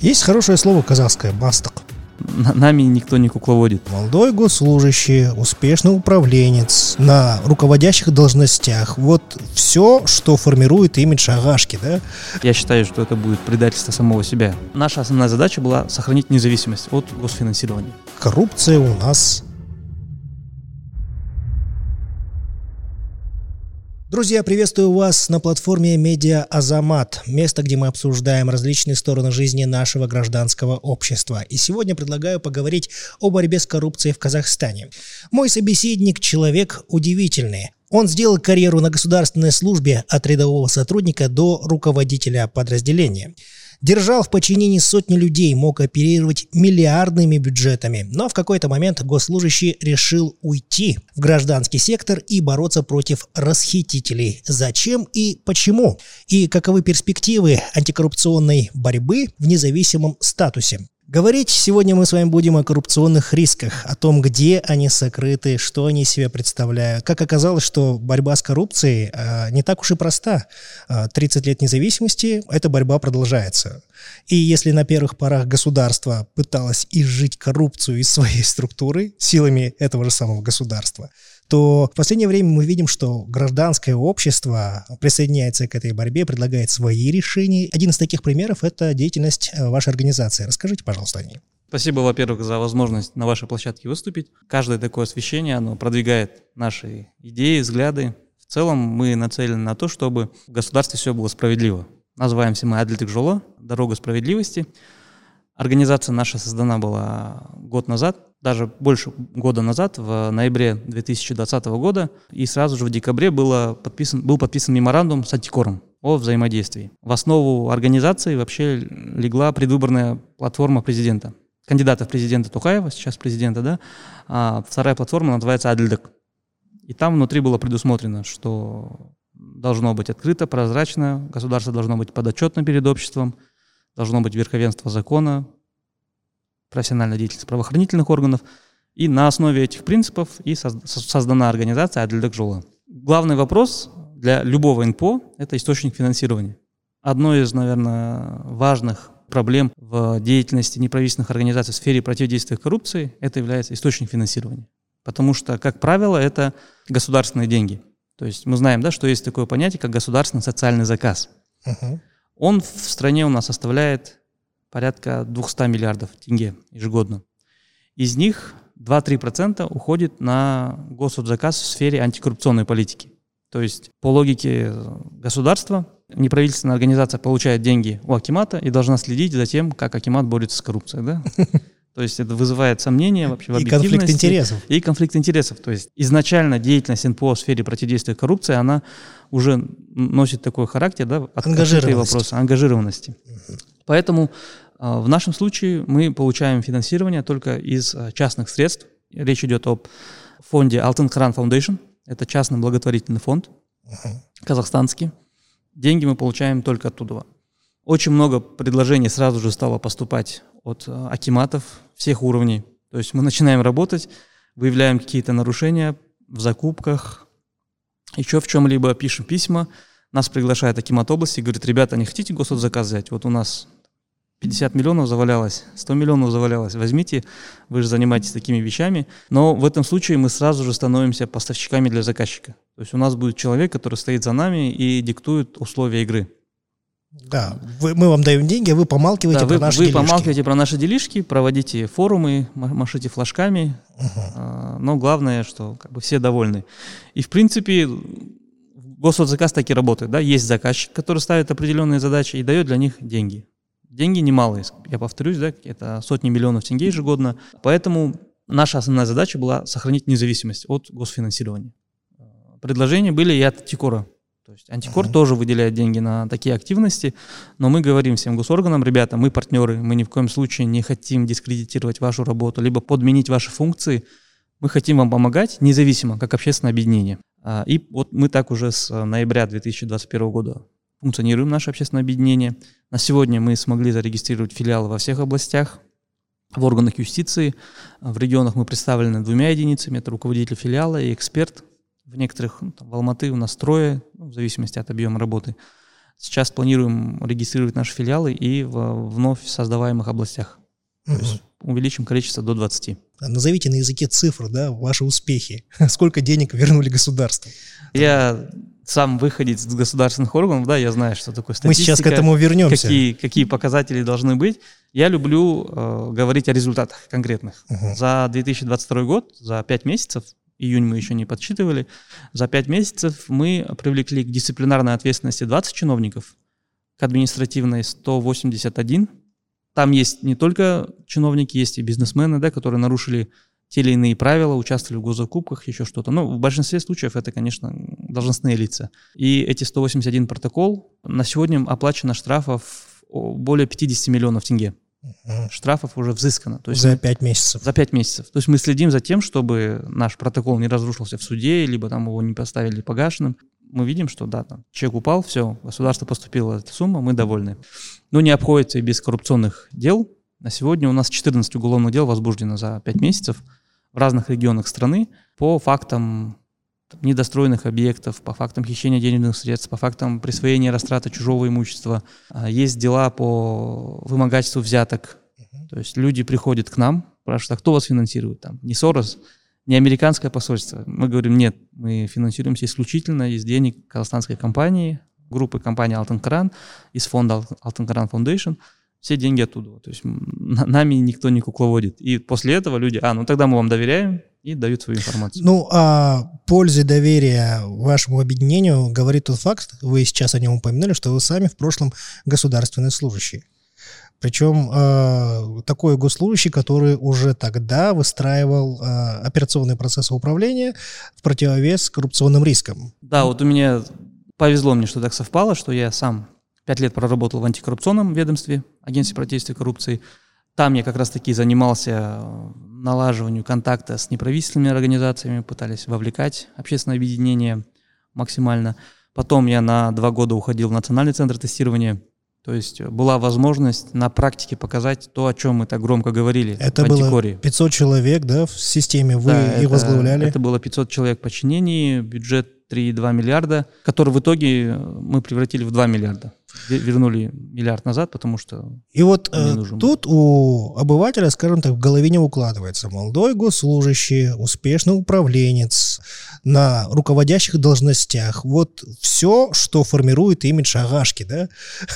Есть хорошее слово казахское «бастық». Нами никто не кукловодит. Молодой госслужащий, успешный управленец на руководящих должностях. Вот все, что формирует имидж Агашки, да? Я считаю, что это будет предательство самого себя. Наша основная задача была сохранить независимость от госфинансирования. Коррупция у нас. Друзья, приветствую вас на платформе «Медиа Азамат», место, где мы обсуждаем различные стороны жизни нашего гражданского общества. И сегодня предлагаю поговорить о борьбе с коррупцией в Казахстане. Мой собеседник – человек удивительный. Он сделал карьеру на государственной службе от рядового сотрудника до руководителя подразделения. Держал в подчинении сотни людей, мог оперировать миллиардными бюджетами. Но в какой-то момент госслужащий решил уйти в гражданский сектор и бороться против расхитителей. Зачем и почему? И каковы перспективы антикоррупционной борьбы в независимом статусе? Говорить сегодня мы с вами будем о коррупционных рисках, о том, где они сокрыты, что они из себя представляют. Как оказалось, что борьба с коррупцией не так уж и проста. 30 лет независимости, эта борьба продолжается. И если на первых порах государство пыталось изжить коррупцию из своей структуры силами этого же самого государства, то в последнее время мы видим, что гражданское общество присоединяется к этой борьбе, предлагает свои решения. Один из таких примеров – это деятельность вашей организации. Расскажите, пожалуйста, о ней. Спасибо, во-первых, за возможность на вашей площадке выступить. Каждое такое освещение, оно продвигает наши идеи, взгляды. В целом мы нацелены на то, чтобы в государстве все было справедливо. Называемся мы «Аділдік жолы», «Дорога справедливости». Организация наша создана была год назад, даже больше года назад, в ноябре 2020 года. И сразу же в декабре был подписан меморандум с Антикором о взаимодействии. В основу организации вообще легла предвыборная платформа президента. Кандидата в президенты Токаева, сейчас президента, да. А вторая платформа называется «Аділдік». И там внутри было предусмотрено, что должно быть открыто, прозрачно, государство должно быть подотчетно перед обществом, должно быть верховенство закона, профессиональная деятельность правоохранительных органов. И на основе этих принципов и создана организация «Аділдік жолы». Главный вопрос для любого НПО – это источник финансирования. Одной из, наверное, важных проблем в деятельности неправительственных организаций в сфере противодействия коррупции – это является источник финансирования. Потому что, как правило, это государственные деньги. То есть мы знаем, да, что есть такое понятие, как государственный социальный заказ. Он в стране у нас составляет порядка 200 миллиардов тенге ежегодно. Из них 2-3% уходит на госзаказ в сфере антикоррупционной политики. То есть по логике государства неправительственная организация получает деньги у акимата и должна следить за тем, как акимат борется с коррупцией. Да? То есть это вызывает сомнения вообще в объективности. И конфликт интересов. И конфликт интересов. То есть изначально деятельность НПО в сфере противодействия коррупции, она уже носит такой характер, да, открытые вопросы, ангажированности. Поэтому в нашем случае мы получаем финансирование только из частных средств. Речь идет об фонде Алтын Қыран Foundation. Это частный благотворительный фонд, казахстанский. Деньги мы получаем только оттуда. Очень много предложений сразу же стало поступать от акиматов всех уровней. То есть мы начинаем работать, выявляем какие-то нарушения в закупках, еще в чем-либо пишем письма. Нас приглашает акимат области и говорит: ребята, не хотите госзаказ взять? Вот у нас 50 миллионов завалялось, 100 миллионов завалялось, возьмите, вы же занимаетесь такими вещами. Но в этом случае мы сразу же становимся поставщиками для заказчика. То есть у нас будет человек, который стоит за нами и диктует условия игры. Да, мы вам даем деньги, а вы помалкиваете про наши делишки. Вы помалкиваете про наши делишки, проводите форумы, машите флажками, но главное, что как бы все довольны. И в принципе госзаказ так и работает. Да? Есть заказчик, который ставит определенные задачи и дает для них деньги. Деньги немалые, я повторюсь, да, это сотни миллионов тенге ежегодно. Поэтому наша основная задача была сохранить независимость от госфинансирования. Предложения были и от Антикора. То есть Антикор тоже выделяет деньги на такие активности, но мы говорим всем госорганам: ребята, мы партнеры, мы ни в коем случае не хотим дискредитировать вашу работу, либо подменить ваши функции. Мы хотим вам помогать независимо, как общественное объединение. И вот мы так уже с ноября 2021 года функционируем, наше общественное объединение. На сегодня мы смогли зарегистрировать филиалы во всех областях, в органах юстиции. В регионах мы представлены 2 единицами, это руководитель филиала и эксперт. В некоторых, в Алматы у нас 3, в зависимости от объема работы. Сейчас планируем регистрировать наши филиалы и в вновь создаваемых областях. То есть увеличим количество до 20. Назовите на языке цифр, да, ваши успехи. Сколько денег вернули государству? Я сам выходец из государственных органов, да, я знаю, что такое статистика. Мы сейчас к этому вернемся. Какие показатели должны быть. Я люблю говорить о результатах конкретных. За 2022 год, за 5 месяцев, июнь мы еще не подсчитывали, за 5 месяцев мы привлекли к дисциплинарной ответственности 20 чиновников, к административной 181. Там есть не только чиновники, есть и бизнесмены, да, которые нарушили те или иные правила, участвовали в госзакупках, еще что-то. Но в большинстве случаев это, конечно, должностные лица. И эти 181 протокол, на сегодня оплачено штрафов более 50 миллионов тенге. Штрафов уже взыскано. То есть за 5 месяцев. За 5 месяцев. То есть мы следим за тем, чтобы наш протокол не разрушился в суде, либо там его не поставили погашенным. Мы видим, что да, там чек упал, все, государство поступила эта сумма, мы довольны. Но не обходится и без коррупционных дел. На сегодня у нас 14 уголовных дел возбуждено за 5 месяцев в разных регионах страны по фактам недостроенных объектов, по фактам хищения денежных средств, по фактам присвоения растраты чужого имущества. Есть дела по вымогательству взяток. То есть люди приходят к нам, спрашивают, а кто вас финансирует? Там, не Сорос, не американское посольство. Мы говорим, нет, мы финансируемся исключительно из денег казахстанской компании, группы компании Алтын Қыран, из фонда Алтын Қыран Foundation. Все деньги оттуда. То есть нами никто не кукловодит. И после этого люди, ну тогда мы вам доверяем, и дают свою информацию. Ну, о пользе доверия вашему объединению говорит тот факт, вы сейчас о нем упомянули, что вы сами в прошлом государственные служащие. Причем такой госслужащий, который уже тогда выстраивал операционные процессы управления в противовес коррупционным рискам. Да, вот у меня повезло мне, что так совпало, что я сам 5 лет проработал в антикоррупционном ведомстве, агентстве противодействия коррупции. Там я как раз-таки занимался налаживанием контакта с неправительственными организациями, пытались вовлекать общественное объединение максимально. Потом я на 2 года уходил в Национальный центр тестирования. То есть была возможность на практике показать то, о чем мы так громко говорили. Это было 500 человек, да, в системе, вы их возглавляли? Это было 500 человек в подчинении, бюджет 3,2 миллиарда, который в итоге мы превратили в 2 миллиарда. Вернули миллиард назад, потому что... И вот тут у обывателя, скажем так, в голове не укладывается. Молодой госслужащий, успешный управленец на руководящих должностях. Вот все, что формирует имидж Агашки, да?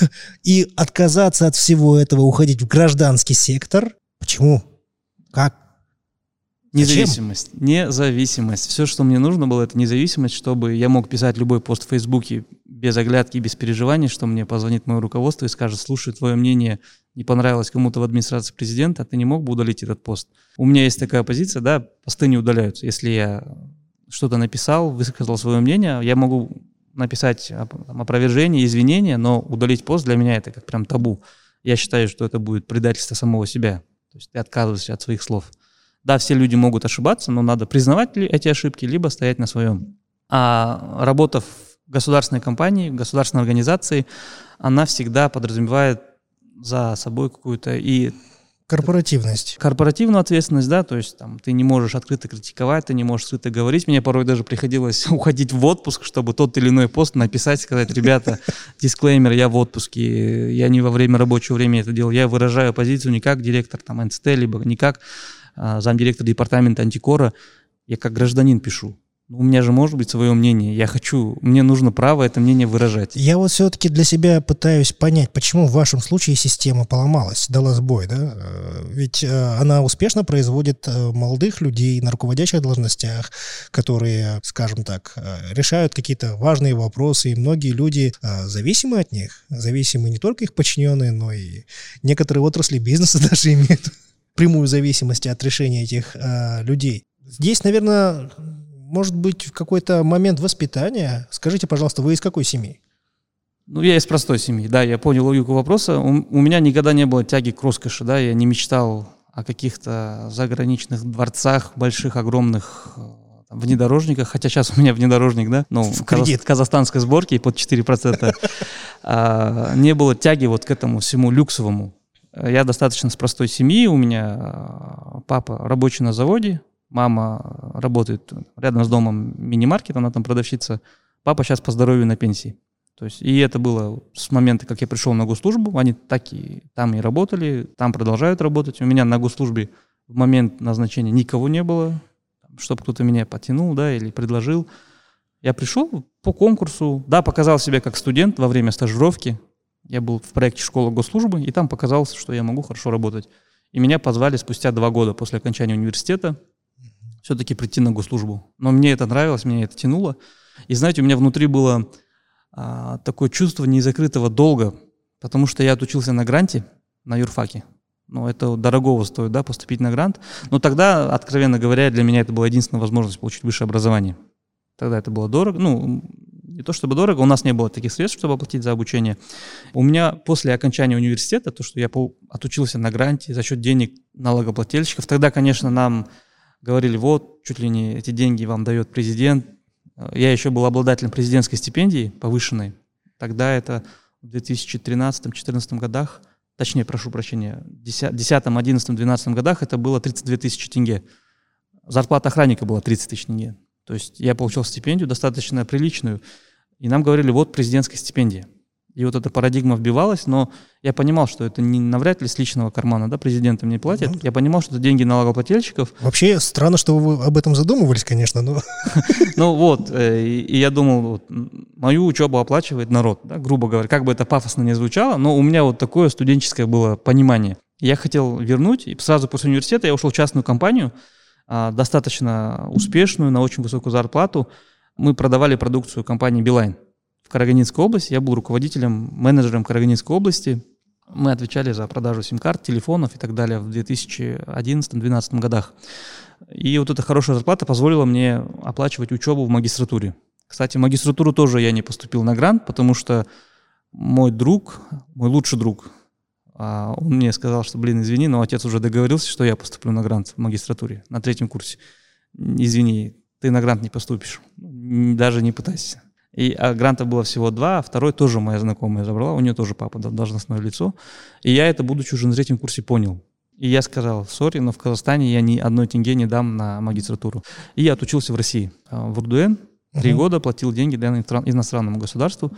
И отказаться от всего этого, уходить в гражданский сектор. Почему? Как? Независимость. Независимость. Все, что мне нужно было, это независимость, чтобы я мог писать любой пост в Фейсбуке без оглядки, без переживаний, что мне позвонит мое руководство и скажет, слушай, твое мнение не понравилось кому-то в администрации президента, ты не мог бы удалить этот пост. У меня есть такая позиция, да, посты не удаляются. Если я что-то написал, высказал свое мнение, я могу написать опровержение, извинения, но удалить пост для меня это как прям табу. Я считаю, что это будет предательство самого себя. То есть ты отказываешься от своих слов. Да, все люди могут ошибаться, но надо признавать эти ошибки, либо стоять на своем. А работа в государственной компании, в государственной организации, она всегда подразумевает за собой какую-то и... Корпоративность. Корпоративную ответственность, да, то есть там ты не можешь открыто критиковать, ты не можешь открыто говорить. Мне порой даже приходилось уходить в отпуск, чтобы тот или иной пост написать, сказать, ребята, дисклеймер, я в отпуске, я не во время рабочего времени это делал, я выражаю позицию не как директор там НЦТ, либо не как замдиректор департамента антикора, я как гражданин пишу. У меня же может быть свое мнение. Мне нужно право это мнение выражать. Я вот все-таки для себя пытаюсь понять, почему в вашем случае система поломалась, дала сбой, да? Ведь она успешно производит молодых людей на руководящих должностях, которые, скажем так, решают какие-то важные вопросы, и многие люди зависимы от них, зависимы не только их подчиненные, но и некоторые отрасли бизнеса даже имеют прямую зависимость от решения этих людей. Здесь, наверное, может быть, в какой-то момент воспитания. Скажите, пожалуйста, вы из какой семьи? Я из простой семьи, да, я понял логику вопроса. У меня никогда не было тяги к роскоши, да, я не мечтал о каких-то заграничных дворцах, больших, огромных внедорожниках, хотя сейчас у меня внедорожник, да, казахстанской сборки под 4%. Не было тяги вот к этому всему люксовому. Я достаточно с простой семьи, у меня папа рабочий на заводе, мама работает рядом с домом мини-маркет, она там продавщица, папа сейчас по здоровью на пенсии. То есть, и это было с момента, как я пришел на госслужбу, они так и там и работали, там продолжают работать. У меня на госслужбе в момент назначения никого не было, чтобы кто-то меня подтянул, да, или предложил. Я пришел по конкурсу, да, показал себя как студент во время стажировки. Я был в проекте «Школа госслужбы», и там показалось, что я могу хорошо работать. И меня позвали спустя 2 года после окончания университета все-таки прийти на госслужбу. Но мне это нравилось, меня это тянуло. И знаете, у меня внутри было такое чувство незакрытого долга, потому что я отучился на гранте, на юрфаке. Ну, это дорогого стоит, да, поступить на грант. Но тогда, откровенно говоря, для меня это была единственная возможность получить высшее образование. Тогда это было дорого. Ну, не то чтобы дорого, у нас не было таких средств, чтобы оплатить за обучение. У меня после окончания университета, то, что я отучился на гранте за счет денег налогоплательщиков, тогда, конечно, нам говорили, вот, чуть ли не эти деньги вам дает президент. Я еще был обладателем президентской стипендии повышенной. Тогда это в 2013-2014 годах, точнее, прошу прощения, в 2010, 2011, 2012 годах это было 32 тысячи тенге. Зарплата охранника была 30 тысяч тенге. То есть я получил стипендию достаточно приличную, и нам говорили, вот президентская стипендия. И вот эта парадигма вбивалась, но я понимал, что это не навряд ли с личного кармана, да, президентам не платят. Я понимал, что это деньги налогоплательщиков. Вообще странно, что вы об этом задумывались, конечно, но... Ну вот, и я думал, мою учебу оплачивает народ, да, грубо говоря, как бы это пафосно не звучало, но у меня вот такое студенческое было понимание. Я хотел вернуть, и сразу после университета я ушел в частную компанию, достаточно успешную, на очень высокую зарплату. Мы продавали продукцию компании «Билайн» в Карагандинской области. Я был руководителем, менеджером Карагандинской области. Мы отвечали за продажу сим-карт, телефонов и так далее в 2011-2012 годах. И вот эта хорошая зарплата позволила мне оплачивать учебу в магистратуре. Кстати, в магистратуру тоже я не поступил на грант, потому что мой друг, мой лучший друг, он мне сказал, что, извини, но отец уже договорился, что я поступлю на грант в магистратуре на 3-м курсе. Извини, ты на грант не поступишь, даже не пытайся. А гранта было всего 2, а второй тоже моя знакомая забрала, у нее тоже папа должностное лицо. И я это, будучи уже на 3-м курсе, понял. И я сказал, сори, но в Казахстане я ни 1 тенге не дам на магистратуру. И я отучился в России, в РДН, 3 года платил деньги для иностранному государству.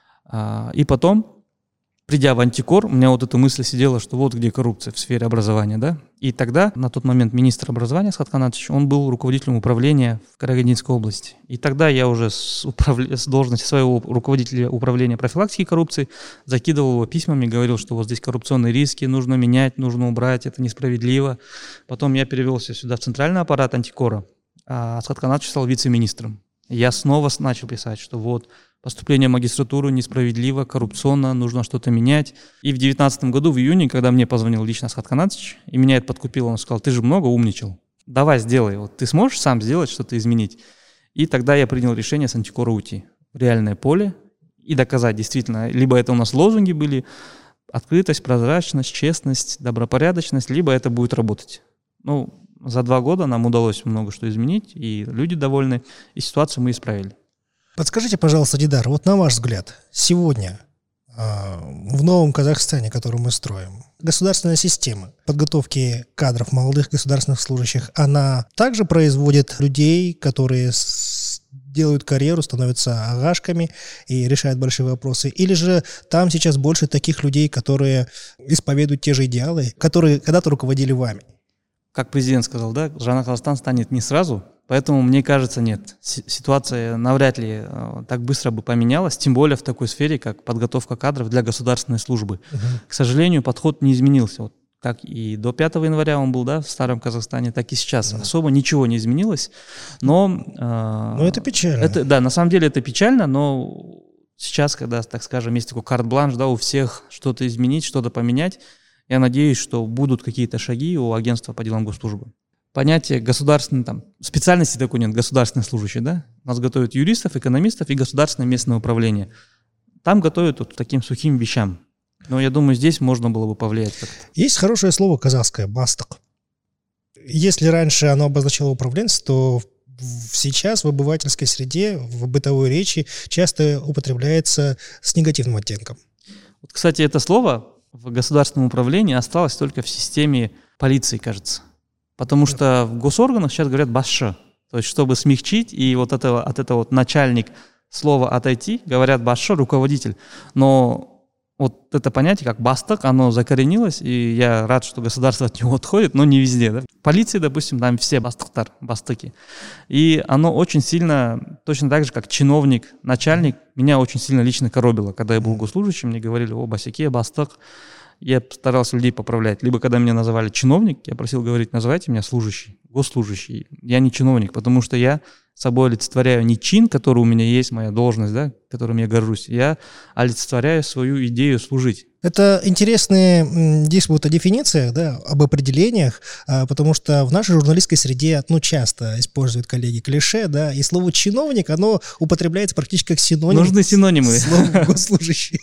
И потом, придя в Антикор, у меня вот эта мысль сидела, что вот где коррупция в сфере образования, да. И тогда, на тот момент, министр образования Асхат Канатович, он был руководителем управления в Карагандинской области. И тогда я уже с должности своего руководителя управления профилактики коррупции закидывал его письмами, говорил, что вот здесь коррупционные риски, нужно менять, нужно убрать, это несправедливо. Потом я перевелся сюда в центральный аппарат Антикора, а Асхат Канатович стал вице-министром. Я снова начал писать, что вот поступление в магистратуру несправедливо, коррупционно, нужно что-то менять. И в 2019 году, в июне, когда мне позвонил лично Асхат Канатович, и меня это подкупило, он сказал, ты же много умничал, давай сделай, вот ты сможешь сам сделать, что-то изменить. И тогда я принял решение с Антикора уйти в реальное поле и доказать действительно, либо это у нас лозунги были, открытость, прозрачность, честность, добропорядочность, либо это будет работать. Ну, за 2 года нам удалось много что изменить, и люди довольны, и ситуацию мы исправили. Подскажите, пожалуйста, Дидар, вот на ваш взгляд, сегодня в новом Казахстане, который мы строим, государственная система подготовки кадров, молодых государственных служащих, она также производит людей, которые делают карьеру, становятся агашками и решают большие вопросы? Или же там сейчас больше таких людей, которые исповедуют те же идеалы, которые когда-то руководили вами? Как президент сказал, да, Жаңа Казахстан станет не сразу, поэтому, мне кажется, нет. Ситуация навряд ли так быстро бы поменялась, тем более в такой сфере, как подготовка кадров для государственной службы. К сожалению, подход не изменился. Вот как и до 5 января он был, да, в старом Казахстане, так и сейчас. Особо ничего не изменилось, но это печально. Да, на самом деле это печально, но сейчас, когда, так скажем, есть такой карт-бланш, да, у всех что-то изменить, что-то поменять, я надеюсь, что будут какие-то шаги у агентства по делам госслужбы. Понятие государственной, специальности такой нет, государственный служащий, да? Нас готовят юристов, экономистов и государственное местное управление. Там готовят вот таким сухим вещам. Но я думаю, здесь можно было бы повлиять как-то. Есть хорошее слово казахское «бастык». Если раньше оно обозначало управленцев, то сейчас в обывательской среде, в бытовой речи часто употребляется с негативным оттенком. Вот, кстати, это слово в государственном управлении осталось только в системе полиции, кажется. Потому что в госорганах сейчас говорят «басшы». То есть, чтобы смягчить, и вот от этого вот начальник слово «отойти» говорят «башша», руководитель. Но вот это понятие, как бастык, оно закоренилось, и я рад, что государство от него отходит, но не везде. Да? В полиции, допустим, там все бастыки. И оно очень сильно, точно так же, как чиновник, начальник, меня очень сильно лично коробило. Когда я был госслужащим, мне говорили: «О, басяке, бастык». Я старался людей поправлять. Либо когда меня называли чиновник, я просил говорить: называйте меня служащий, госслужащий. Я не чиновник, потому что я собой олицетворяю не чин, который у меня есть, моя должность, да, которым я горжусь. Я олицетворяю свою идею служить. Это интересная здесь вот дефиниция, да, об определениях, потому что в нашей журналистской среде часто используют коллеги клише, да, и слово «чиновник», оно употребляется практически как синоним. Нужны синонимы. Слово «госслужащий».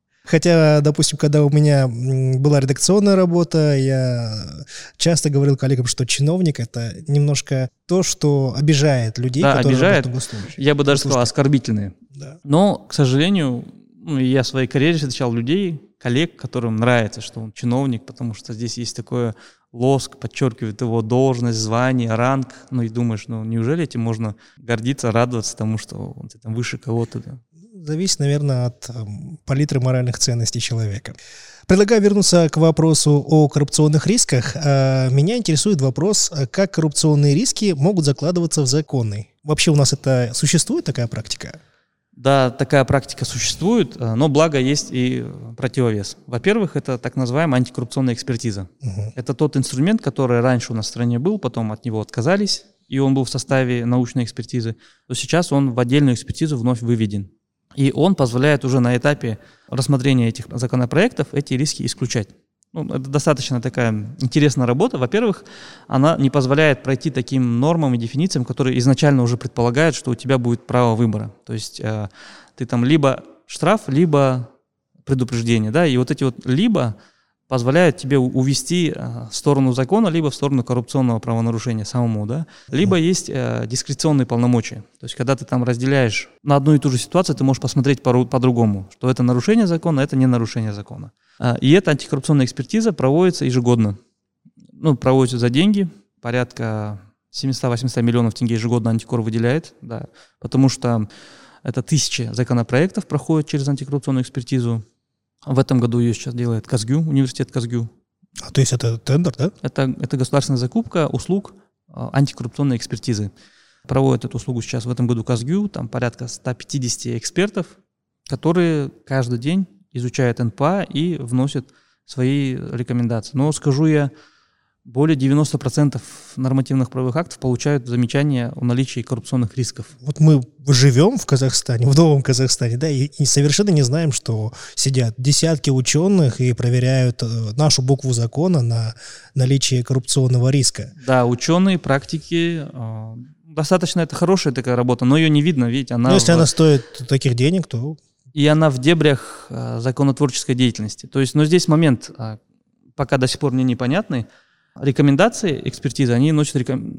Хотя, допустим, когда у меня была редакционная работа, я часто говорил коллегам, что чиновник — это немножко то, что обижает людей, да, которые обижает. работают госслужащими. Я бы даже сказал, оскорбительные. Да. Но, к сожалению, я в своей карьере встречал людей, коллег, которым нравится, что он чиновник, потому что здесь есть такой лоск, подчеркивает его должность, звание, ранг. Ну и думаешь, неужели этим можно гордиться, радоваться тому, что он там выше кого-то? Да? Зависит, наверное, от палитры моральных ценностей человека. Предлагаю вернуться к вопросу о коррупционных рисках. Меня интересует вопрос, как коррупционные риски могут закладываться в законы. Вообще у нас это существует такая практика? Да, такая практика существует, но благо есть и противовес. Во-первых, это так называемая антикоррупционная экспертиза. Это тот инструмент, который раньше у нас в стране был, потом от него отказались, и он был в составе научной экспертизы, то сейчас он в отдельную экспертизу вновь выведен. И он позволяет уже на этапе рассмотрения этих законопроектов эти риски исключать. Это достаточно такая интересная работа. Во-первых, она не позволяет пройти таким нормам и дефинициям, которые изначально уже предполагают, что у тебя будет право выбора. То есть ты там либо штраф, либо предупреждение. Да? И вот эти вот «либо» позволяют тебе увести в сторону закона, либо в сторону коррупционного правонарушения самому. Да? Либо есть дискреционные полномочия. То есть когда ты там разделяешь на одну и ту же ситуацию, ты можешь посмотреть по-другому, что это нарушение закона, это не нарушение закона. И эта антикоррупционная экспертиза проводится ежегодно. Проводится за деньги, порядка 700-800 миллионов тенге ежегодно антикор выделяет, да, потому что это 1000 законопроектов проходят через антикоррупционную экспертизу. В этом году ее сейчас делает Казгю, университет Казгю. То есть это тендер, да? Это государственная закупка услуг антикоррупционной экспертизы. Проводит эту услугу сейчас в этом году Казгю, там порядка 150 экспертов, которые каждый день изучают НПА и вносят свои рекомендации. Но скажу я, более 90% нормативных правовых актов получают замечания о наличии коррупционных рисков. Вот мы живем в Казахстане, в новом Казахстане, да, и совершенно не знаем, что сидят десятки ученых и проверяют нашу букву закона на наличие коррупционного риска. Да, ученые, практики, достаточно это хорошая такая работа, но ее не видно, видите, она... Но если она стоит таких денег, то... И она в дебрях законотворческой деятельности. То есть, но здесь момент, пока до сих пор мне непонятный. Рекомендации экспертизы, они носят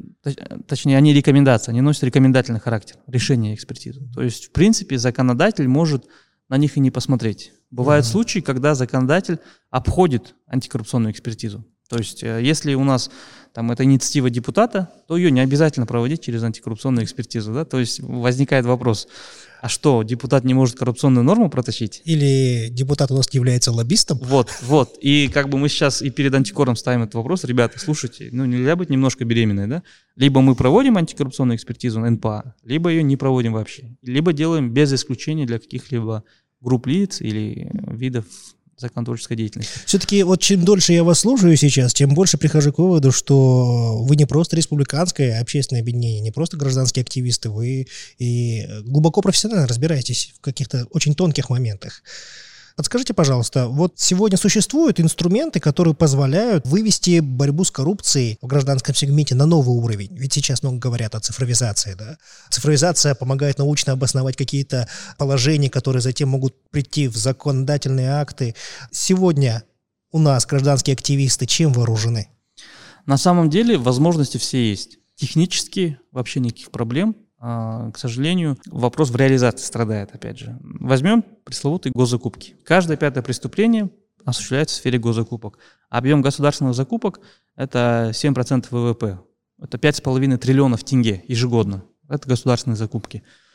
они рекомендации, они носят рекомендательный характер, решение экспертизы. То есть, в принципе, законодатель может на них и не посмотреть. Бывают случаи, когда законодатель обходит антикоррупционную экспертизу. То есть, если у нас там это инициатива депутата, то ее не обязательно проводить через антикоррупционную экспертизу. Да? То есть возникает вопрос, а что, депутат не может коррупционную норму протащить? Или депутат у нас является лоббистом? Вот. И как бы мы сейчас и перед антикором ставим этот вопрос, ребята, слушайте, нельзя быть немножко беременной, да? Либо мы проводим антикоррупционную экспертизу на НПА, либо ее не проводим вообще. Либо делаем без исключения для каких-либо групп лиц или видов законотворческой деятельности. Все-таки вот чем дольше я вас слушаю сейчас, тем больше прихожу к выводу, что вы не просто республиканское общественное объединение, не просто гражданские активисты, вы и глубоко профессионально разбираетесь в каких-то очень тонких моментах. Подскажите, пожалуйста, вот сегодня существуют инструменты, которые позволяют вывести борьбу с коррупцией в гражданском сегменте на новый уровень? Ведь сейчас много говорят о цифровизации, да? Цифровизация помогает научно обосновать какие-то положения, которые затем могут прийти в законодательные акты. Сегодня у нас гражданские активисты чем вооружены? На самом деле возможности все есть. Технически вообще никаких проблем. К сожалению, вопрос в реализации страдает, опять же. Возьмем пресловутые госзакупки. Каждое 5-е преступление осуществляется в сфере госзакупок. Объем государственных закупок – это 7% ВВП. Это 5,5 триллионов тенге ежегодно. Это государственные закупки.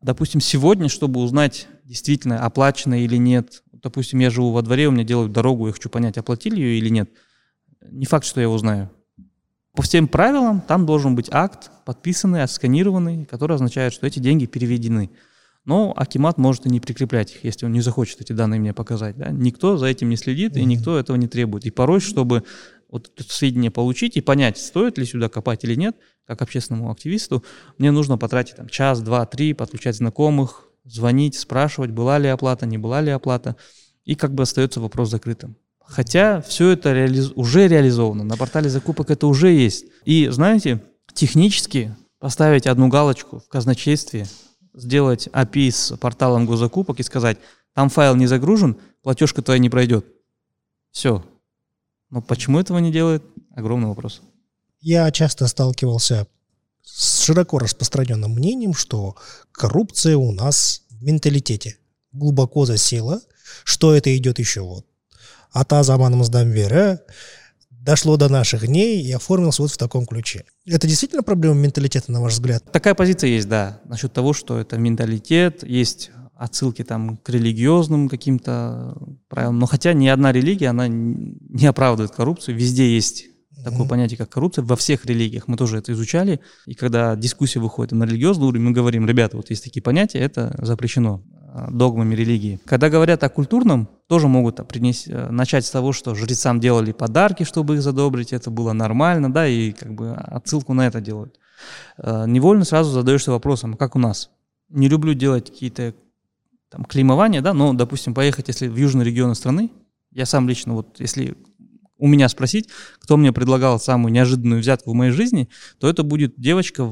Допустим, сегодня, чтобы узнать, действительно оплачено или нет, допустим, я живу во дворе, у меня делают дорогу, я хочу понять, оплатили ее или нет, не факт, что я узнаю. По всем правилам там должен быть акт, подписанный, отсканированный, который означает, что эти деньги переведены. Но акимат может и не прикреплять их, если он не захочет эти данные мне показать. Да? Никто за этим не следит, и никто этого не требует. И порой, чтобы вот это сведения получить и понять, стоит ли сюда копать или нет, как общественному активисту, мне нужно потратить там, час, два, три, подключать знакомых, звонить, спрашивать, была ли оплата, не была ли оплата. И как бы остается вопрос закрытым. Хотя все это уже реализовано, на портале закупок это уже есть. И знаете, технически поставить одну галочку в казначействе, сделать API с порталом госзакупок и сказать, там файл не загружен, платежка твоя не пройдет. Все. Но почему этого не делает? Огромный вопрос. Я часто сталкивался с широко распространенным мнением, что коррупция у нас в менталитете глубоко засела, что это идет еще вот ата заманымыздан бері, дошло до наших дней и оформилось вот в таком ключе. Это действительно проблема менталитета, на ваш взгляд? Такая позиция есть, да, насчет того, что это менталитет, есть отсылки там к религиозным каким-то правилам, но хотя ни одна религия, она не оправдывает коррупцию, везде есть такое понятие, как коррупция, во всех религиях, мы тоже это изучали, и когда дискуссия выходит на религиозный уровень, мы говорим, ребята, вот есть такие понятия, это запрещено догмами религии. Когда говорят о культурном, тоже могут начать с того, что жрецам делали подарки, чтобы их задобрить, это было нормально, да, и как бы отсылку на это делают. Невольно сразу задаешься вопросом, а как у нас? Не люблю делать какие-то там клеймования, да, но, допустим, поехать, если в южные регионы страны, я сам лично, вот если у меня спросить, кто мне предлагал самую неожиданную взятку в моей жизни, то это будет девочка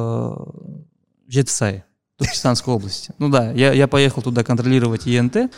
в Жетысае, Туркестанской области. Ну да, я поехал туда контролировать ЕНТ.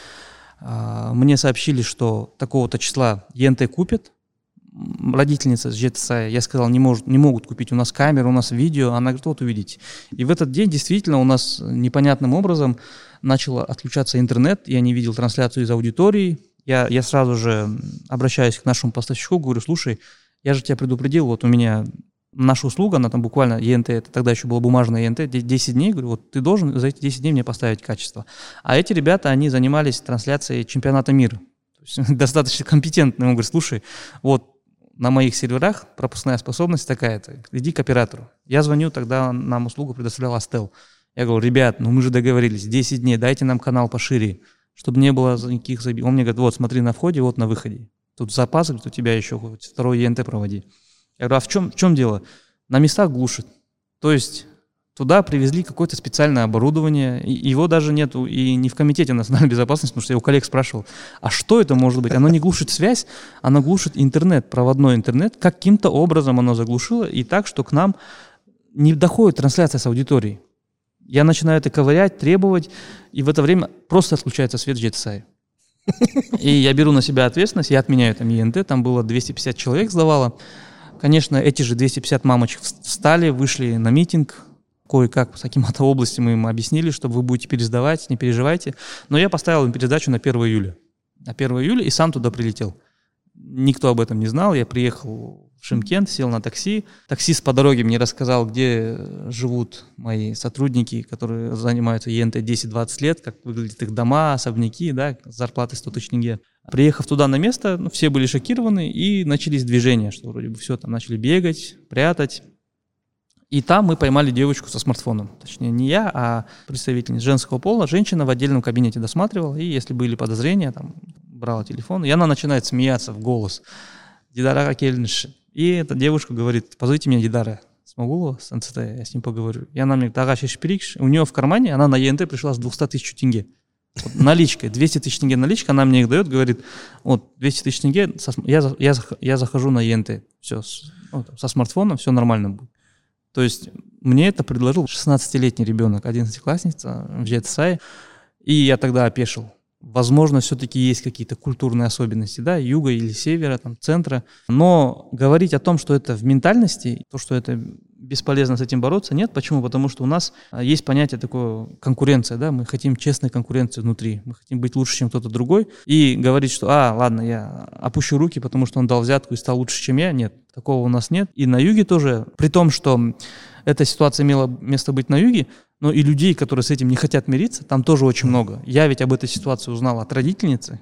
Мне сообщили, что такого-то числа ЕНТ купят. Родительница с Жетысая, я сказал, не могут купить. У нас камера, у нас видео. Она говорит, вот увидите. И в этот день действительно у нас непонятным образом начал отключаться интернет. Я не видел трансляцию из аудитории. Я сразу же обращаюсь к нашему поставщику, говорю, слушай, я же тебя предупредил, вот у меня наша услуга, она там буквально, ЕНТ, это тогда еще было бумажное ЕНТ, 10 дней, говорю, вот ты должен за эти 10 дней мне поставить качество. А эти ребята, они занимались трансляцией чемпионата мира. То есть, достаточно компетентные. Он говорит, слушай, вот на моих серверах пропускная способность такая-то, иди к оператору. Я звоню, тогда нам услугу предоставлял Астел. Я говорю, ребят, ну мы же договорились, 10 дней, дайте нам канал пошире, чтобы не было никаких забив. Он мне говорит, вот смотри на входе, вот на выходе. Тут запас, говорит, у тебя еще второй ЕНТ проводи. Я говорю, а в чем дело? На местах глушит. То есть туда привезли какое-то специальное оборудование, и его даже нету и не в комитете национальной безопасности, потому что я у коллег спрашивал, а что это может быть? Оно не глушит связь, оно глушит интернет, проводной интернет. Каким-то образом оно заглушило, и так, что к нам не доходит трансляция с аудиторией. Я начинаю это ковырять, требовать, и в это время просто отключается свет в Жетысае. И я беру на себя ответственность, я отменяю там ЕНТ, там было 250 человек сдавало. Конечно, эти же 250 мамочек встали, вышли на митинг, кое-как с акимата области мы им объяснили, что вы будете пересдавать, не переживайте. Но я поставил им пересдачу на 1 июля. На 1 июля и сам туда прилетел. Никто об этом не знал, я приехал в Шымкент, сел на такси. Таксист по дороге мне рассказал, где живут мои сотрудники, которые занимаются ЕНТ 10-20 лет, как выглядят их дома, особняки, да, с зарплатой 100 тысяч тенге. Приехав туда на место, все были шокированы, и начались движения, что вроде бы все, там начали бегать, прятать. И там мы поймали девочку со смартфоном. Точнее, не я, а представительница женского пола. Женщина в отдельном кабинете досматривала, и если были подозрения, там, брала телефон, и она начинает смеяться в голос. Дидара келниш. И эта девушка говорит, позовите меня Дидара. Смогу с НЦТ, я с ним поговорю. И она мне говорит, у нее в кармане, она на ЕНТ пришла с 200 тысяч тенге. Вот, наличкой, 200 тысяч тенге наличка, она мне их дает, говорит, вот 200 тысяч тенге, я захожу на ЕНТ, все, со смартфоном все нормально будет. То есть мне это предложил 16-летний ребенок, 11-классница в Жетысае, и я тогда опешил. Возможно, все-таки есть какие-то культурные особенности, да, юга или севера, там, центра, но говорить о том, что это в ментальности, то, что это бесполезно с этим бороться, нет. Почему? Потому что у нас есть понятие такое конкуренция, да, мы хотим честной конкуренции внутри, мы хотим быть лучше, чем кто-то другой, и говорить, что, ладно, я опущу руки, потому что он дал взятку и стал лучше, чем я, нет, такого у нас нет. И на юге тоже, при том, что эта ситуация имела место быть на юге, но и людей, которые с этим не хотят мириться, там тоже очень много. Я ведь об этой ситуации узнал от родительницы.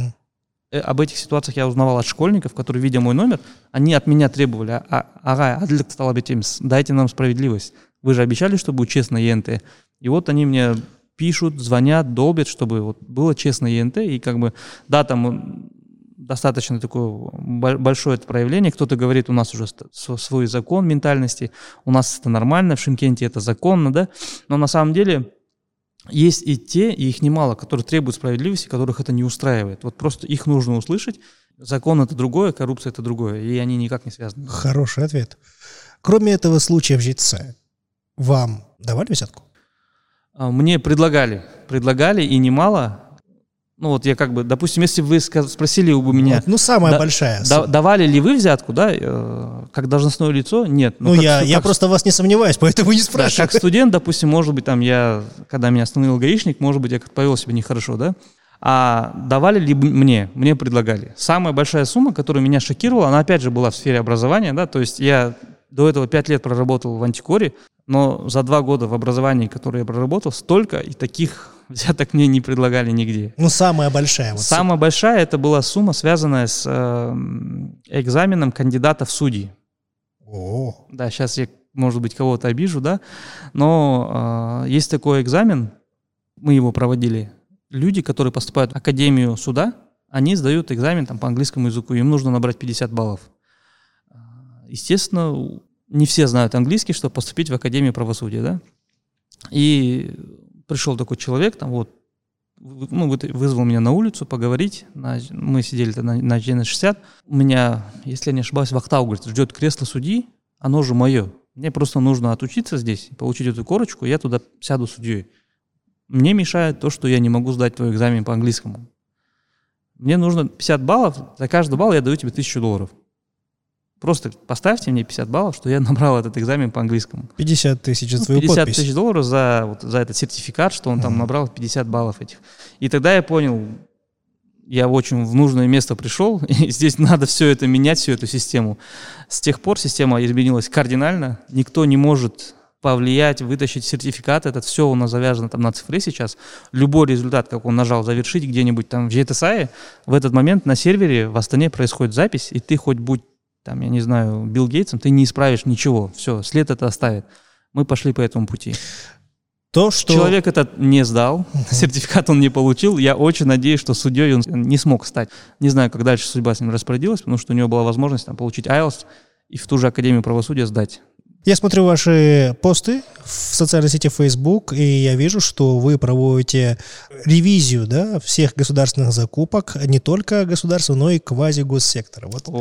Об этих ситуациях я узнавал от школьников, которые, видя мой номер, они от меня требовали: ага, дайте нам справедливость. Вы же обещали, что будет честно ЕНТ. И вот они мне пишут, звонят, долбят, чтобы вот было честно ЕНТ. И как бы, да, там достаточно такое большое это проявление. Кто-то говорит, у нас уже свой закон ментальности, у нас это нормально, в Шымкенте это законно, да. Но на самом деле есть и те, и их немало, которые требуют справедливости, которых это не устраивает. Вот просто их нужно услышать. Закон — это другое, коррупция — это другое, и они никак не связаны. Хороший ответ. Кроме этого случая в ЖИЦ, вам давали взятку? Мне предлагали и немало. Ну вот я как бы, допустим, если вы спросили у меня... Ну, самая большая. Давали ли вы взятку, да, как должностное лицо? Нет. Ну, я просто вас не сомневаюсь, поэтому не спрашиваю. Да, как студент, допустим, может быть, там когда меня остановил гаишник, может быть, я как-то повел себя нехорошо, да? А давали ли мне? Мне предлагали. Самая большая сумма, которая меня шокировала, она опять же была в сфере образования, да, то есть я до этого 5 лет проработал в антикоре, но за 2 года в образовании, которое я проработал, столько и таких взяток мне не предлагали нигде. Ну, самая большая. Вот самая большая, это была сумма, связанная с экзаменом кандидата в судьи. О. Да, сейчас я, может быть, кого-то обижу, да, но есть такой экзамен, мы его проводили. Люди, которые поступают в Академию суда, они сдают экзамен там, по английскому языку, им нужно набрать 50 баллов. Естественно, не все знают английский, чтобы поступить в Академию правосудия, да. И пришел такой человек, там вот, ну, вызвал меня на улицу поговорить. Мы сидели на G60. У меня, если я не ошибаюсь, Вахтау, говорит, ждет кресло судьи, оно же мое. Мне просто нужно отучиться здесь, получить эту корочку, я туда сяду судьей. Мне мешает то, что я не могу сдать твой экзамен по английскому. Мне нужно 50 баллов, за каждый балл я даю тебе $1000. Просто поставьте мне 50 баллов, что я набрал этот экзамен по английскому. 50 тысяч за твою 50 подпись. тысяч долларов за этот сертификат, что он там набрал 50 баллов этих. И тогда я понял, я очень в нужное место пришел, и здесь надо все это менять, всю эту систему. С тех пор система изменилась кардинально, никто не может повлиять, вытащить сертификат, это все у нас завязано там на цифре сейчас. Любой результат, как он нажал завершить где-нибудь там в GTSI, в этот момент на сервере в Астане происходит запись, и ты хоть будь там, я не знаю, Билл Гейтсом, ты не исправишь ничего. Все, след это оставит. Мы пошли по этому пути. То, что... Человек этот не сдал, сертификат он не получил. Я очень надеюсь, что судьей он не смог стать. Не знаю, как дальше судьба с ним распорядилась, потому что у него была возможность там, получить IELTS и в ту же Академию правосудия сдать. Я смотрю ваши посты в социальной сети Facebook, и я вижу, что вы проводите ревизию, да, всех государственных закупок, не только государства, но и квази-госсектора. Вот.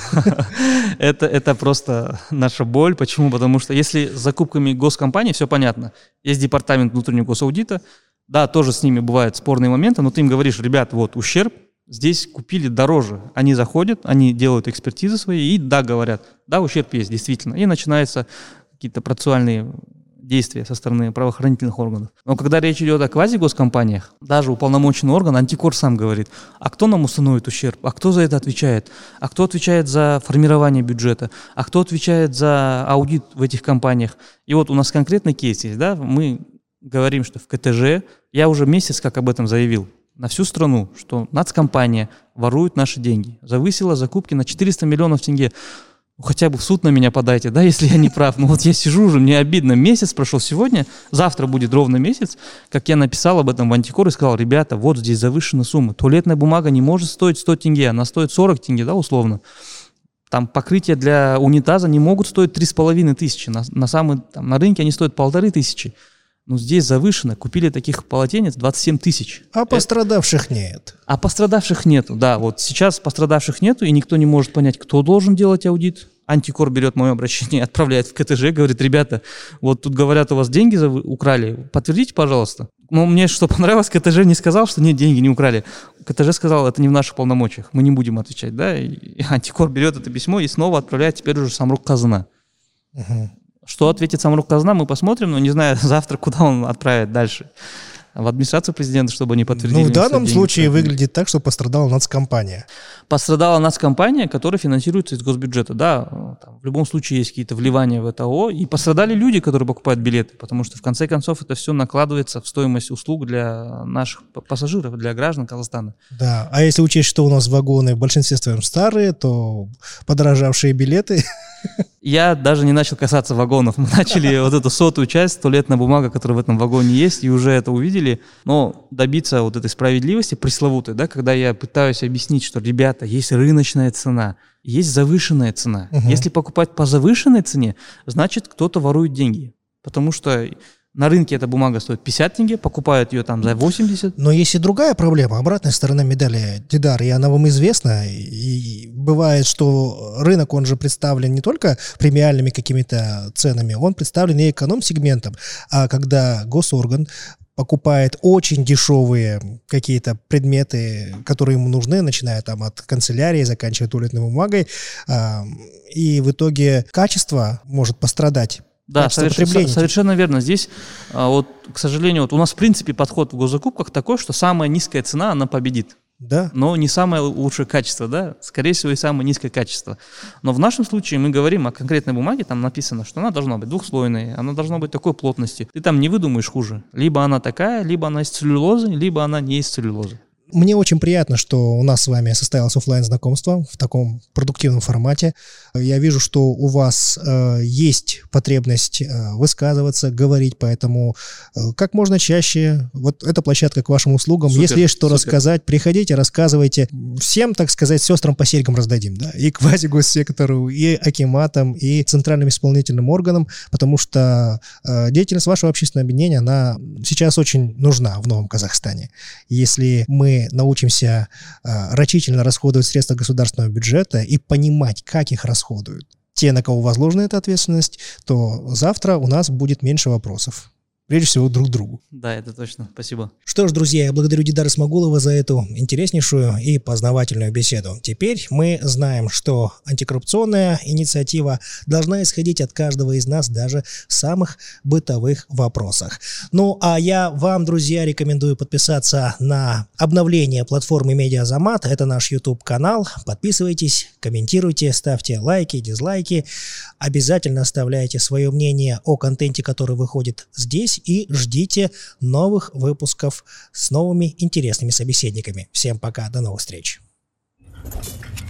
Это просто наша боль. Почему? Потому что если с закупками госкомпаний все понятно. Есть департамент внутреннего госаудита, да, тоже с ними бывают спорные моменты, но ты им говоришь, ребят, вот ущерб, здесь купили дороже. Они заходят, они делают экспертизы свои и да, говорят, да, ущерб есть, действительно. И начинаются какие-то процессуальные действия со стороны правоохранительных органов. Но когда речь идет о квазигоскомпаниях, даже уполномоченный орган, антикор сам говорит, а кто нам установит ущерб, а кто за это отвечает, а кто отвечает за формирование бюджета, а кто отвечает за аудит в этих компаниях. И вот у нас конкретный кейс есть, да, мы говорим, что в КТЖ, я уже месяц как об этом заявил, на всю страну, что нацкомпания ворует наши деньги, завысила закупки на 400 миллионов тенге. Ну, хотя бы в суд на меня подайте, да, если я не прав. Ну вот я сижу уже, мне обидно. Месяц прошел сегодня, завтра будет ровно месяц, как я написал об этом в антикор и сказал, ребята, вот здесь завышена сумма. Туалетная бумага не может стоить 100 тенге, она стоит 40 тенге, да, условно. Там покрытия для унитаза не могут стоить 3500. На рынке они стоят 1500. Ну, здесь завышено. Купили таких полотенец 27 тысяч. А пострадавших нет. А пострадавших нету, да. Вот сейчас пострадавших нету, и никто не может понять, кто должен делать аудит. Антикор берет мое обращение, отправляет в КТЖ, говорит, ребята, вот тут говорят, у вас деньги украли, подтвердите, пожалуйста. Но мне что понравилось, КТЖ не сказал, что нет, деньги не украли. КТЖ сказал, это не в наших полномочиях, мы не будем отвечать, да. И антикор берет это письмо и снова отправляет теперь уже Самрук Казына. Что ответит Самрук Казна, мы посмотрим, но не знаю завтра, куда он отправит дальше. в администрацию президента, чтобы они подтвердили. Ну, в данном случае выглядит так, что пострадала нацкомпания. Пострадала нацкомпания, которая финансируется из госбюджета. Да, там, в любом случае есть какие-то вливания в это ООО. И пострадали люди, которые покупают билеты, потому что в конце концов это все накладывается в стоимость услуг для наших пассажиров, для граждан Казахстана. Да, а если учесть, что у нас вагоны в большинстве своем старые, то подорожавшие билеты... Я даже не начал касаться вагонов. Мы начали вот эту 100-ю часть, туалетная бумага, которая в этом вагоне есть, и уже это увидели. Но добиться вот этой справедливости пресловутой, да, когда я пытаюсь объяснить, что, ребята, есть рыночная цена, есть завышенная цена. Если покупать по завышенной цене, значит, кто-то ворует деньги. Потому что на рынке эта бумага стоит 50 тенге, покупают ее там за 80. Но есть и другая проблема, обратная сторона медали, Дидар, и она вам известна. И бывает, что рынок, он же представлен не только премиальными какими-то ценами, он представлен и эконом-сегментом. А когда госорган покупает очень дешевые какие-то предметы, которые ему нужны, начиная там от канцелярии, заканчивая туалетной бумагой, и в итоге качество может пострадать. Да, совершенно верно. Здесь, вот, к сожалению, вот у нас в принципе подход в госзакупках такой, что самая низкая цена, она победит. Да. Но не самое лучшее качество, да, скорее всего и самое низкое качество. Но в нашем случае мы говорим о конкретной бумаге, там написано, что она должна быть двухслойной, она должна быть такой плотности. Ты там не выдумаешь хуже. Либо она такая, либо она из целлюлозы, либо она не из целлюлозы. Мне очень приятно, что у нас с вами состоялось офлайн-знакомство в таком продуктивном формате. Я вижу, что у вас есть потребность высказываться, говорить, поэтому как можно чаще, вот эта площадка к вашим услугам. Супер, если есть что рассказать, приходите, рассказывайте. Всем, так сказать, сестрам по серьгам раздадим, да, и квазигоссектору, и акиматам, и центральным исполнительным органам, потому что деятельность вашего общественного объединения, она сейчас очень нужна в Новом Казахстане. Если мы научимся рачительно расходовать средства государственного бюджета и понимать, как их расходуют те, на кого возложена эта ответственность, то завтра у нас будет меньше вопросов. Прежде всего, друг к другу. Да, это точно. Спасибо. Что ж, друзья, я благодарю Дидара Смагулова за эту интереснейшую и познавательную беседу. Теперь мы знаем, что антикоррупционная инициатива должна исходить от каждого из нас даже в самых бытовых вопросах. Ну, а я вам, друзья, рекомендую подписаться на обновление платформы Медиа Азамат. Это наш YouTube-канал. Подписывайтесь, комментируйте, ставьте лайки, дизлайки. Обязательно оставляйте свое мнение о контенте, который выходит здесь, и ждите новых выпусков с новыми интересными собеседниками. Всем пока, до новых встреч.